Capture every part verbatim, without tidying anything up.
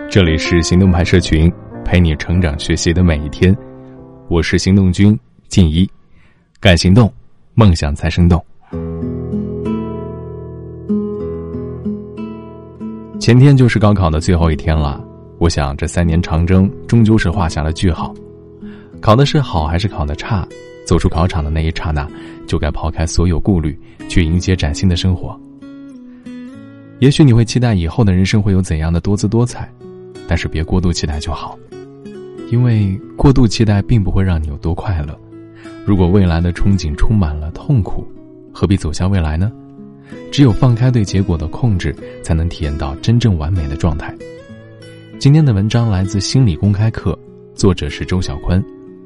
这里是行动派社群，陪你成长学习的每一天。我是行动君静一，敢行动，梦想才生动。前天就是高考的最后一天了，我想这三年长征终究是画下了句号。考的是好还是考的差，走出考场的那一刹那，就该抛开所有顾虑，去迎接崭新的生活。也许你会期待以后的人生会有怎样的多姿多彩，但是别过度期待就好，因为过度期待并不会让你有多快乐。如果未来的憧憬充满了痛苦，何必走向未来呢？只有放开对结果的控制，才能体验到真正完美的状态。今天的文章来自心理公开课，作者是周小坤。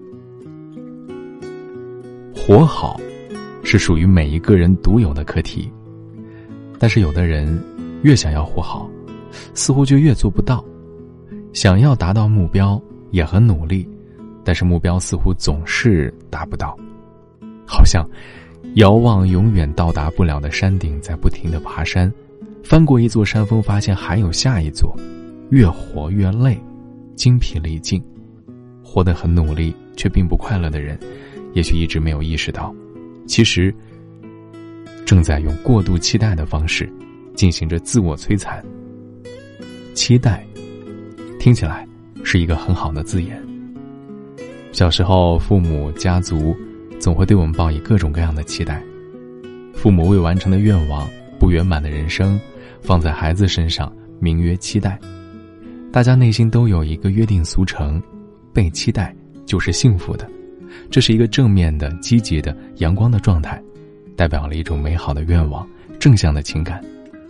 活好是属于每一个人独有的课题，但是有的人越想要活好，似乎就越做不到。想要达到目标也很努力，但是目标似乎总是达不到，好像遥望永远到达不了的山顶，在不停地爬山，翻过一座山峰，发现还有下一座，越活越累，精疲力尽。活得很努力却并不快乐的人，也许一直没有意识到，其实正在用过度期待的方式进行着自我摧残。期待听起来是一个很好的字眼。小时候，父母、家族总会对我们抱以各种各样的期待，父母未完成的愿望、不圆满的人生，放在孩子身上，名曰期待。大家内心都有一个约定俗成，被期待就是幸福的，这是一个正面的、积极的、阳光的状态，代表了一种美好的愿望、正向的情感。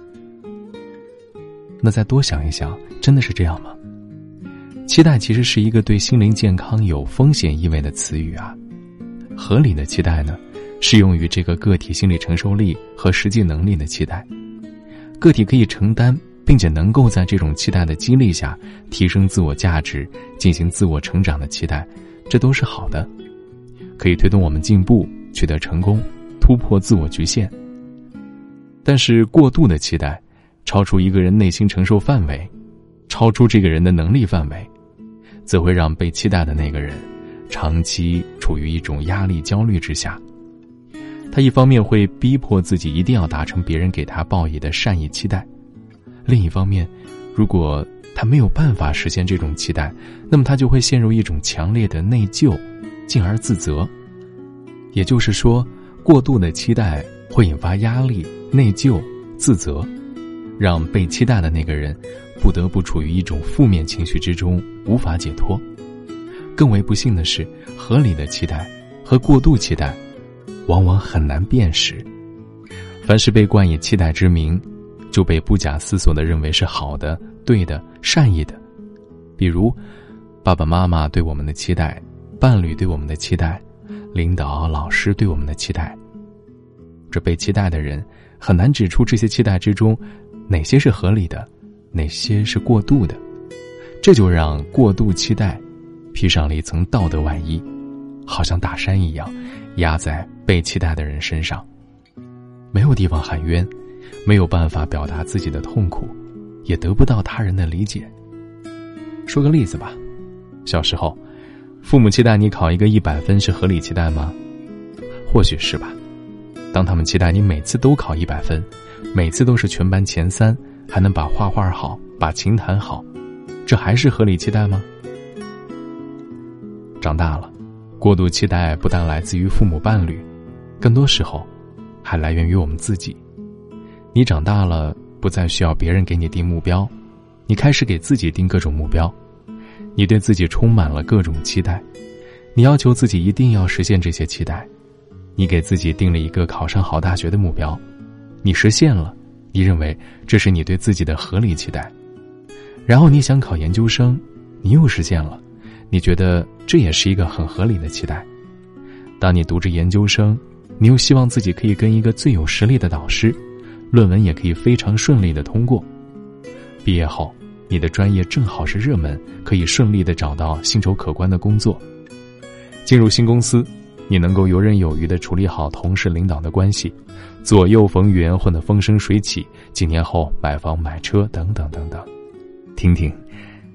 那再多想一想，真的是这样吗？期待其实是一个对心灵健康有风险意味的词语啊。合理的期待呢，适用于这个个体心理承受力和实际能力的期待。个体可以承担，并且能够在这种期待的激励下提升自我价值，进行自我成长的期待，这都是好的，可以推动我们进步，取得成功，突破自我局限。但是过度的期待，超出一个人内心承受范围，超出这个人的能力范围，则会让被期待的那个人长期处于一种压力焦虑之下。他一方面会逼迫自己一定要达成别人给他报以的善意期待，另一方面，如果他没有办法实现这种期待，那么他就会陷入一种强烈的内疚，进而自责。也就是说，过度的期待会引发压力、内疚、自责，让被期待的那个人不得不处于一种负面情绪之中，无法解脱。更为不幸的是，合理的期待和过度期待往往很难辨识。凡是被冠以期待之名，就被不假思索地认为是好的、对的、善意的。比如爸爸妈妈对我们的期待，伴侣对我们的期待，领导、老师对我们的期待。这被期待的人很难指出这些期待之中哪些是合理的，哪些是过度的，这就让过度期待披上了一层道德外衣，好像大山一样压在被期待的人身上，没有地方喊冤，没有办法表达自己的痛苦，也得不到他人的理解。说个例子吧，小时候父母期待你考一个一百分是合理期待吗？或许是吧。当他们期待你每次都考一百分，每次都是全班前三，还能把画画好，把琴弹好，这还是合理期待吗？长大了，过度期待不但来自于父母伴侣，更多时候还来源于我们自己。你长大了，不再需要别人给你定目标，你开始给自己定各种目标，你对自己充满了各种期待，你要求自己一定要实现这些期待。你给自己定了一个考上好大学的目标，你实现了，你认为这是你对自己的合理期待。然后你想考研究生，你又实现了，你觉得这也是一个很合理的期待。当你读着研究生，你又希望自己可以跟一个最有实力的导师，论文也可以非常顺利的通过。毕业后，你的专业正好是热门，可以顺利的找到薪酬可观的工作。进入新公司，你能够游刃有余地处理好同事领导的关系，左右逢源，混得风生水起，几年后买房买车等等等等。听听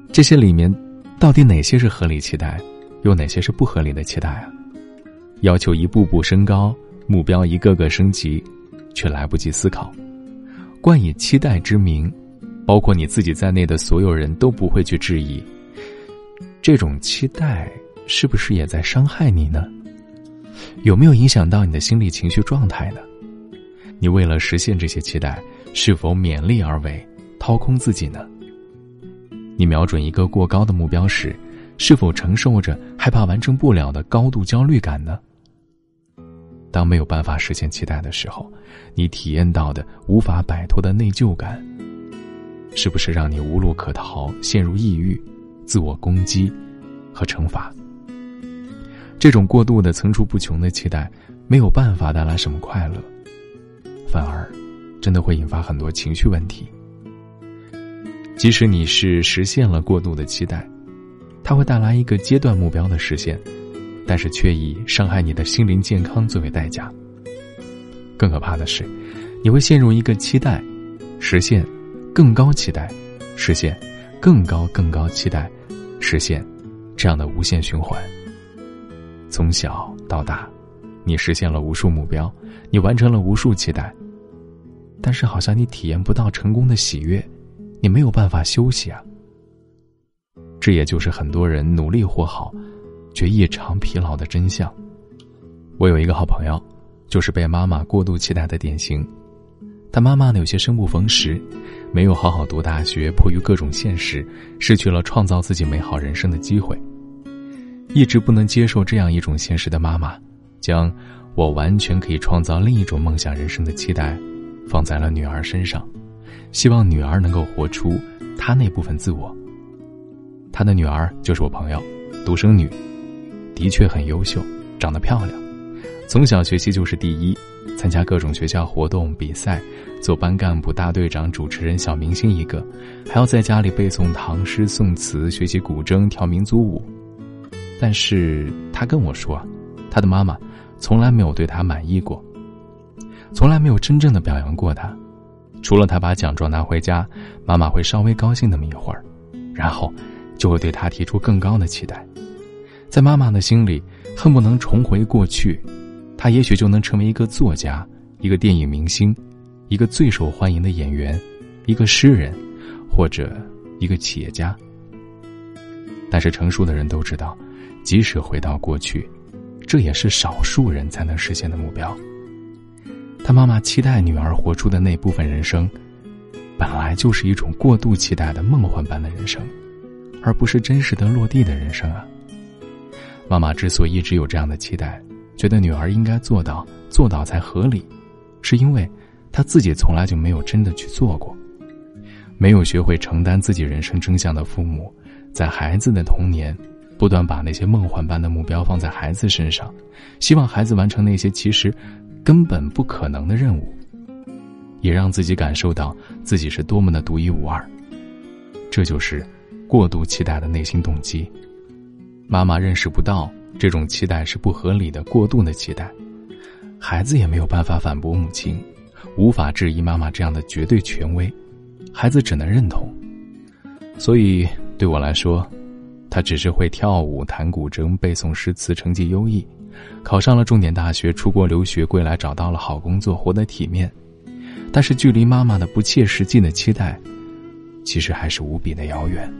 这些里面到底哪些是合理期待，有哪些是不合理的期待啊？要求一步步升高，目标一个个升级，却来不及思考，冠以期待之名，包括你自己在内的所有人都不会去质疑，这种期待是不是也在伤害你呢？有没有影响到你的心理情绪状态呢？你为了实现这些期待，是否勉力而为，掏空自己呢？你瞄准一个过高的目标时，是否承受着害怕完成不了的高度焦虑感呢？当没有办法实现期待的时候，你体验到的无法摆脱的内疚感，是不是让你无路可逃，陷入抑郁、自我攻击和惩罚？这种过度的层出不穷的期待，没有办法带来什么快乐，反而真的会引发很多情绪问题。即使你是实现了过度的期待，它会带来一个阶段目标的实现，但是却以伤害你的心灵健康作为代价。更可怕的是，你会陷入一个期待，实现更高期待，实现更高更高期待，实现这样的无限循环。从小到大，你实现了无数目标，你完成了无数期待，但是好像你体验不到成功的喜悦，你没有办法休息啊。这也就是很多人努力活好却异常疲劳的真相。我有一个好朋友，就是被妈妈过度期待的典型。他妈妈呢有些生不逢时，没有好好读大学，迫于各种现实，失去了创造自己美好人生的机会。一直不能接受这样一种现实的妈妈，将我完全可以创造另一种梦想人生的期待放在了女儿身上，希望女儿能够活出她那部分自我。她的女儿就是我朋友，独生女，的确很优秀，长得漂亮，从小学习就是第一，参加各种学校活动比赛，做班干部、大队长、主持人、小明星一个，还要在家里背诵唐诗宋词，学习古筝，跳民族舞。但是她跟我说，她的妈妈从来没有对她满意过，从来没有真正的表扬过她。除了她把奖状拿回家，妈妈会稍微高兴那么一会儿，然后就会对她提出更高的期待。在妈妈的心里，恨不能重回过去，她也许就能成为一个作家，一个电影明星，一个最受欢迎的演员，一个诗人，或者一个企业家。但是成熟的人都知道，即使回到过去，这也是少数人才能实现的目标。他妈妈期待女儿活出的那部分人生，本来就是一种过度期待的梦幻般的人生，而不是真实的落地的人生啊。妈妈之所以一直有这样的期待，觉得女儿应该做到，做到才合理，是因为她自己从来就没有真的去做过。没有学会承担自己人生真相的父母，在孩子的童年不断把那些梦幻般的目标放在孩子身上，希望孩子完成那些其实根本不可能的任务，也让自己感受到自己是多么的独一无二。这就是过度期待的内心动机。妈妈认识不到这种期待是不合理的过度的期待，孩子也没有办法反驳母亲，无法质疑妈妈这样的绝对权威，孩子只能认同。所以对我来说，他只是会跳舞、弹古筝、背诵诗词，成绩优异，考上了重点大学，出国留学，归来找到了好工作，活得体面。但是距离妈妈的不切实际的期待，其实还是无比的遥远。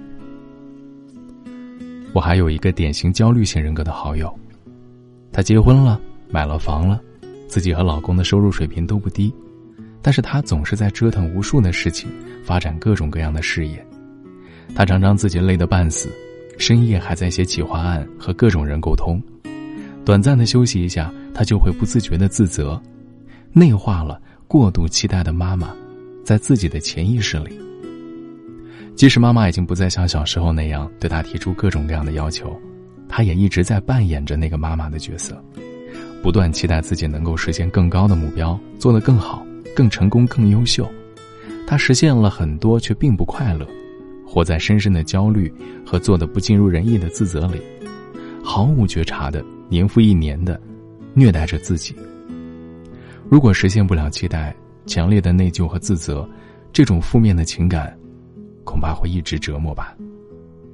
我还有一个典型焦虑型人格的好友，她结婚了，买了房了，自己和老公的收入水平都不低，但是她总是在折腾无数的事情，发展各种各样的事业。她常常自己累得半死，深夜还在写企划案和各种人沟通，短暂的休息一下，她就会不自觉的自责，内化了过度期待的妈妈在自己的潜意识里。即使妈妈已经不再像小时候那样对她提出各种各样的要求，她也一直在扮演着那个妈妈的角色，不断期待自己能够实现更高的目标，做得更好，更成功，更优秀。她实现了很多，却并不快乐，活在深深的焦虑和做得不尽如人意的自责里，毫无觉察的年复一年的虐待着自己。如果实现不了期待，强烈的内疚和自责，这种负面的情感恐怕会一直折磨吧。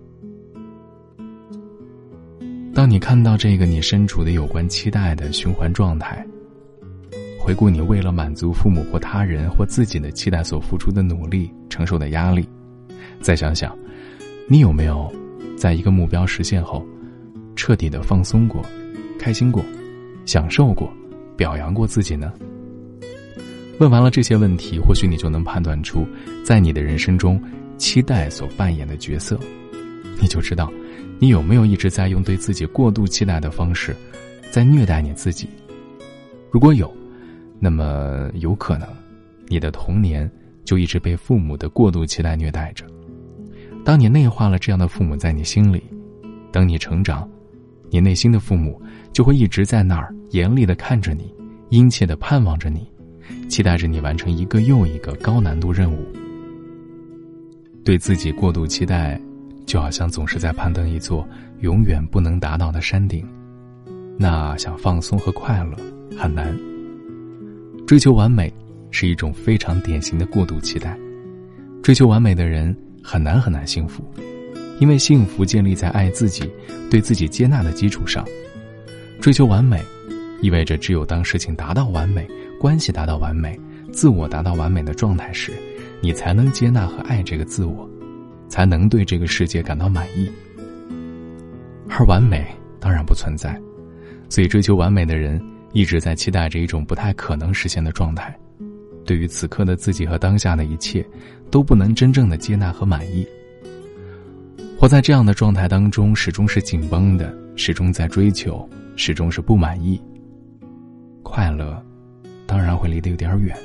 当你看到这个你身处的有关期待的循环状态，回顾你为了满足父母或他人或自己的期待所付出的努力、承受的压力，再想想，你有没有在一个目标实现后，彻底的放松过、开心过、享受过、表扬过自己呢？问完了这些问题，或许你就能判断出，在你的人生中，期待所扮演的角色，你就知道，你有没有一直在用对自己过度期待的方式，在虐待你自己。如果有，那么有可能，你的童年就一直被父母的过度期待虐待着。当你内化了这样的父母在你心里，等你成长，你内心的父母就会一直在那儿严厉地看着你，殷切地盼望着你，期待着你完成一个又一个高难度任务。对自己过度期待，就好像总是在攀登一座永远不能达到的山顶，那想放松和快乐很难。追求完美是一种非常典型的过度期待，追求完美的人很难很难幸福，因为幸福建立在爱自己、对自己接纳的基础上。追求完美意味着只有当事情达到完美、关系达到完美、自我达到完美的状态时，你才能接纳和爱这个自我，才能对这个世界感到满意。而完美当然不存在，所以追求完美的人一直在期待着一种不太可能实现的状态，对于此刻的自己和当下的一切都不能真正的接纳和满意。活在这样的状态当中，始终是紧绷的，始终在追求，始终是不满意，快乐当然会离得有点远。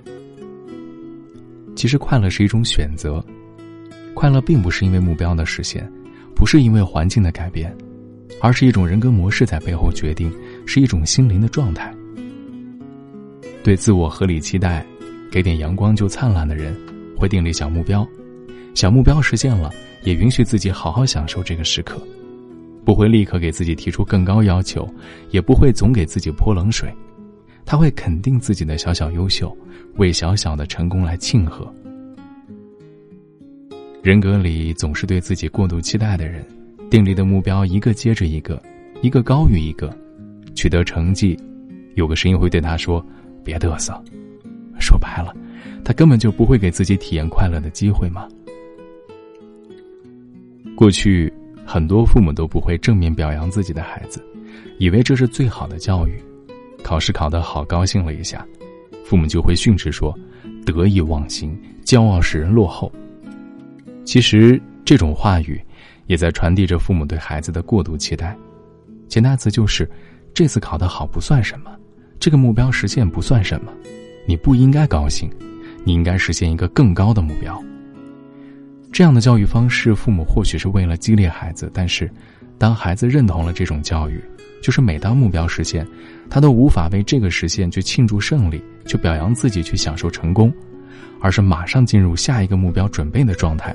其实快乐是一种选择，快乐并不是因为目标的实现，不是因为环境的改变，而是一种人格模式在背后决定，是一种心灵的状态。对自我合理期待，给点阳光就灿烂的人，会订立小目标，小目标实现了，也允许自己好好享受这个时刻，不会立刻给自己提出更高要求，也不会总给自己泼冷水，他会肯定自己的小小优秀，为小小的成功来庆贺。人格里总是对自己过度期待的人，订立的目标一个接着一个，一个高于一个，取得成绩，有个声音会对他说，别嘚瑟。说白了，他根本就不会给自己体验快乐的机会嘛。过去很多父母都不会正面表扬自己的孩子，以为这是最好的教育。考试考得好，高兴了一下，父母就会训斥说，得意忘形，骄傲使人落后。其实这种话语也在传递着父母对孩子的过度期待，潜台词就是这次考得好不算什么，这个目标实现不算什么，你不应该高兴，你应该实现一个更高的目标。这样的教育方式，父母或许是为了激励孩子，但是当孩子认同了这种教育，就是每当目标实现，他都无法为这个实现去庆祝胜利，去表扬自己，去享受成功，而是马上进入下一个目标准备的状态。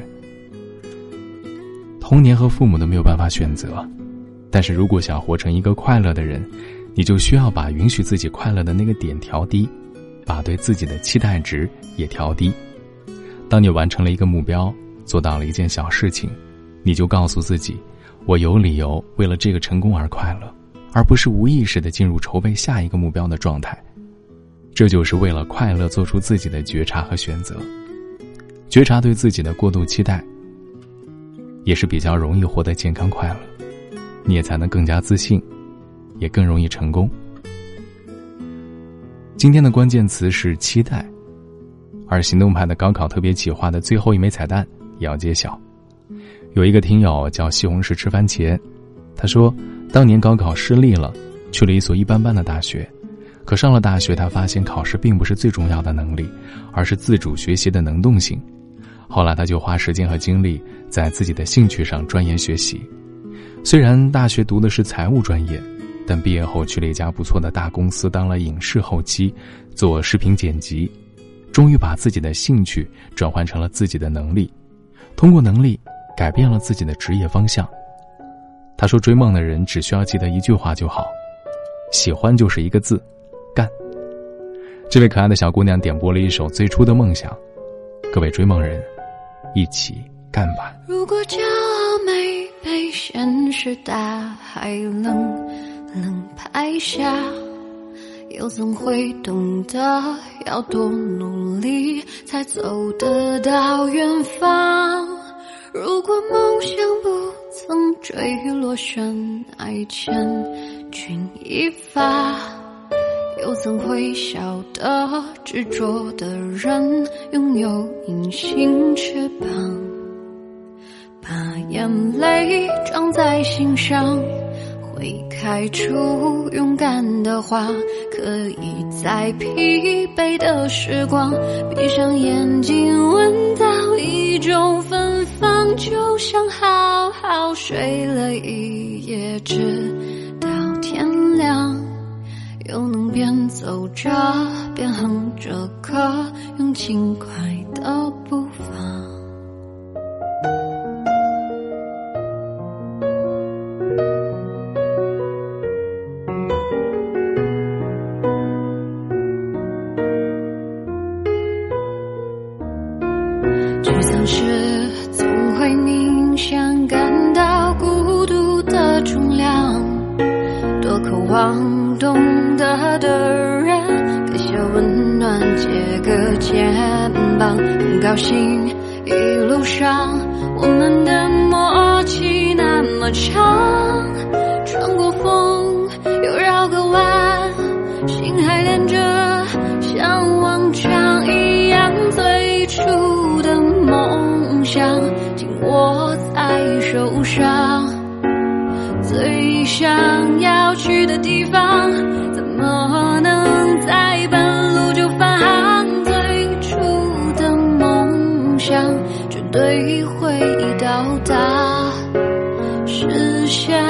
童年和父母都没有办法选择，但是如果想活成一个快乐的人，你就需要把允许自己快乐的那个点调低，把对自己的期待值也调低。当你完成了一个目标，做到了一件小事情，你就告诉自己，我有理由为了这个成功而快乐，而不是无意识地进入筹备下一个目标的状态。这就是为了快乐做出自己的觉察和选择，觉察对自己的过度期待，也是比较容易获得健康快乐，你也才能更加自信，也更容易成功。今天的关键词是期待，而行动派的高考特别企划的最后一枚彩蛋也要揭晓。有一个听友叫西红柿吃番茄，他说当年高考失利了，去了一所一般般的大学，可上了大学，他发现考试并不是最重要的能力，而是自主学习的能动性。后来他就花时间和精力在自己的兴趣上钻研学习。虽然大学读的是财务专业，但毕业后去了一家不错的大公司，当了影视后期，做视频剪辑，终于把自己的兴趣转换成了自己的能力，通过能力改变了自己的职业方向。他说追梦的人只需要记得一句话就好，喜欢就是一个字，干。这位可爱的小姑娘点播了一首最初的梦想，各位追梦人一起干吧。 如果骄傲没被现实大海冷冷拍下，又怎会懂得要多努力才走得到远方？如果梦想不曾坠落深爱千钧一发，又怎会晓得执着的人拥有隐形翅膀？把眼泪装在心上，会开出勇敢的花，可以在疲惫的时光闭上眼睛闻到一种芬芳，就像好好睡了一夜直到天亮，又能边走着边哼着歌，用轻快的步伐。沮丧时总会明显感到孤独的重量，多渴望懂得的人给些温暖，借个肩膀。很高兴一路上我们的默契那么长，穿过风又绕个弯，心还连着像往常一样，最初的梦想紧握在手上，最想要去的地方怎么能在半路就返航？最初的梦想绝对会到达实现。